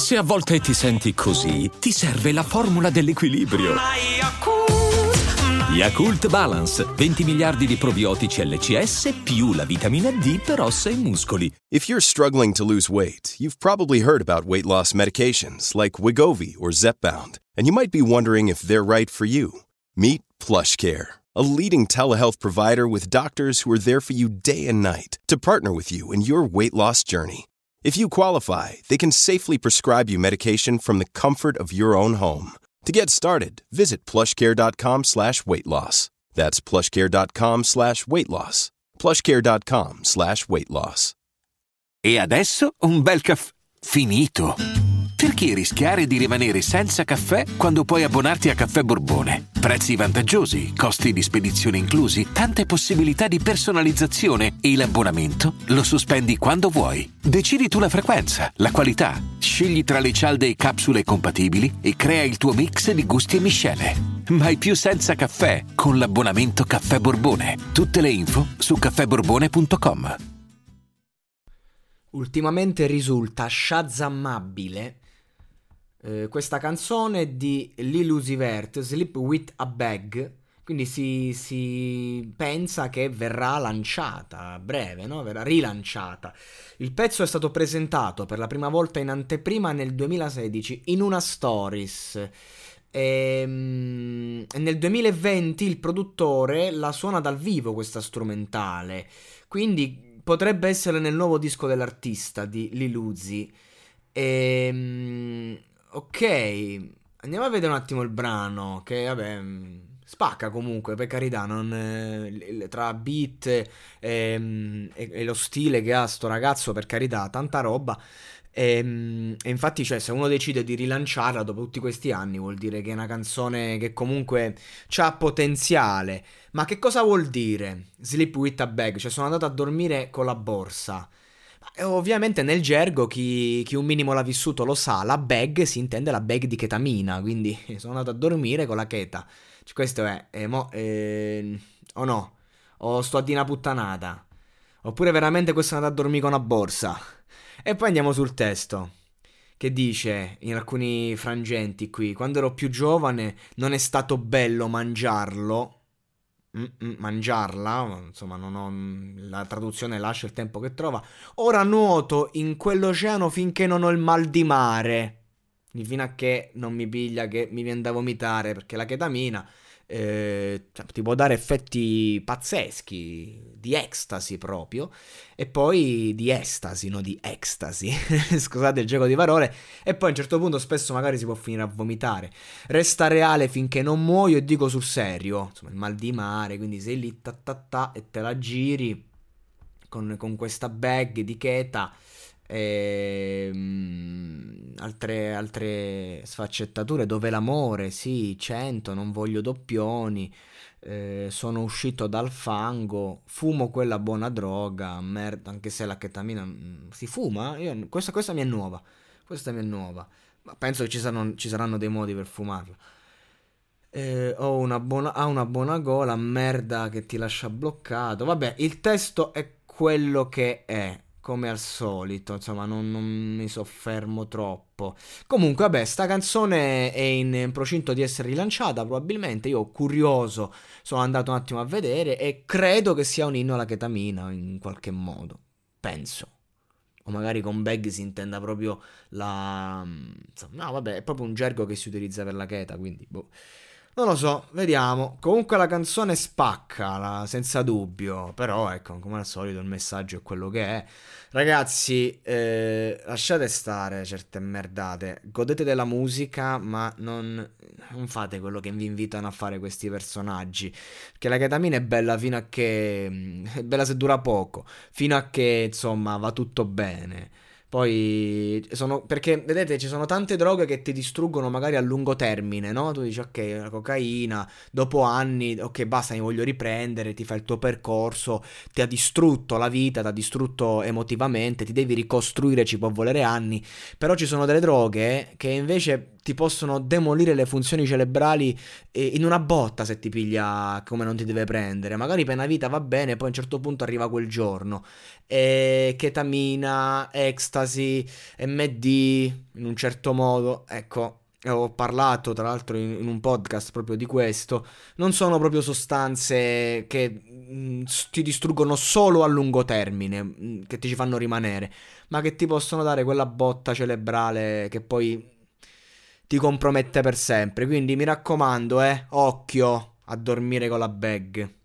Se a volte ti senti così, ti serve la formula dell'equilibrio. Yakult Balance, 20 miliardi di probiotici LCS più la vitamina D per ossa e muscoli. If you're struggling to lose weight, you've probably heard about weight loss medications like Wegovy or Zepbound, and you might be wondering if they're right for you. Meet PlushCare, a leading telehealth provider with doctors who are there for you day and night to partner with you in your weight loss journey. If you qualify, they can safely prescribe you medication from the comfort of your own home. To get started, visit plushcare.com/weightloss. That's plushcare.com/weightloss. plushcare.com/weightloss. E adesso un bel caffè finito. Perché rischiare di rimanere senza caffè quando puoi abbonarti a Caffè Borbone? Prezzi vantaggiosi, costi di spedizione inclusi, tante possibilità di personalizzazione e l'abbonamento lo sospendi quando vuoi. Decidi tu la frequenza, la qualità, scegli tra le cialde e capsule compatibili e crea il tuo mix di gusti e miscele. Mai più senza caffè con l'abbonamento Caffè Borbone. Tutte le info su caffèborbone.com. Ultimamente risulta shazammabile questa canzone di Lil Uzi Vert, Sleep With A Bag, quindi si pensa che verrà lanciata a breve, no? Verrà rilanciata. Il pezzo è stato presentato per la prima volta in anteprima nel 2016 in una stories. E nel 2020 il produttore la suona dal vivo questa strumentale, quindi potrebbe essere nel nuovo disco dell'artista di Lil Uzi. Ok, andiamo a vedere un attimo il brano, che vabbè spacca comunque, per carità, non, tra beat e lo stile che ha sto ragazzo, per carità, tanta roba. E infatti, cioè, se uno decide di rilanciarla dopo tutti questi anni, vuol dire che è una canzone che comunque c'ha potenziale. Ma che cosa vuol dire Sleep With A Bag? Cioè, sono andato a dormire con la borsa. Ovviamente nel gergo chi un minimo l'ha vissuto lo sa, la bag si intende la bag di ketamina, quindi sono andato a dormire con la cheta. Cioè, questo è o no? O sto a di una puttanata? Oppure veramente questo è andato a dormire con una borsa? E poi andiamo sul testo, che dice in alcuni frangenti qui: quando ero più giovane non è stato bello mangiarlo. Mangiarla, insomma, non ho, la traduzione lascia il tempo che trova. Ora nuoto in quell'oceano finché non ho il mal di mare, fino a che non mi piglia che mi viene da vomitare, perché la ketamina ti può dare effetti pazzeschi, di ecstasy proprio, e poi di estasi, no di ecstasy, scusate il gioco di parole, e poi a un certo punto spesso magari si può finire a vomitare. Resta reale finché non muoio, e dico sul serio, insomma il mal di mare, quindi sei lì e te la giri con questa bag di cheta. Altre sfaccettature, dove l'amore, sì, 100, non voglio doppioni, sono uscito dal fango, fumo quella buona droga, merda, anche se la ketamina si fuma. Questa mi è nuova, ma penso che ci saranno dei modi per fumarla. Ha una buona gola, merda che ti lascia bloccato. Vabbè, il testo è quello che è, come al solito, insomma, non mi soffermo troppo. Comunque, vabbè, sta canzone è in procinto di essere rilanciata, probabilmente. Io, curioso, sono andato un attimo a vedere e credo che sia un inno alla ketamina, in qualche modo. Penso. O magari con bag si intenda proprio la... No, vabbè, è proprio un gergo che si utilizza per la cheta, quindi, boh. Non lo so, vediamo. Comunque la canzone spacca, senza dubbio. Però, ecco, come al solito il messaggio è quello che è. Ragazzi, lasciate stare certe merdate. Godete della musica, ma non fate quello che vi invitano a fare questi personaggi. Perché la ketamina è bella fino a che... è bella se dura poco. Fino a che, insomma, va tutto bene. Poi perché vedete, ci sono tante droghe che ti distruggono magari a lungo termine, no? Tu dici ok, la cocaina, dopo anni, ok, basta, mi voglio riprendere, ti fai il tuo percorso, ti ha distrutto la vita, ti ha distrutto emotivamente, ti devi ricostruire, ci può volere anni. Però ci sono delle droghe che invece ti possono demolire le funzioni cerebrali in una botta, se ti piglia come non ti deve prendere. Magari per una vita va bene, poi a un certo punto arriva quel giorno. Ketamina, ecstasy, ecstasy, MD, in un certo modo, ecco, ho parlato tra l'altro in un podcast proprio di questo, non sono proprio sostanze che ti distruggono solo a lungo termine, che ti ci fanno rimanere, ma che ti possono dare quella botta cerebrale che poi ti compromette per sempre. Quindi mi raccomando, occhio a dormire con la bag.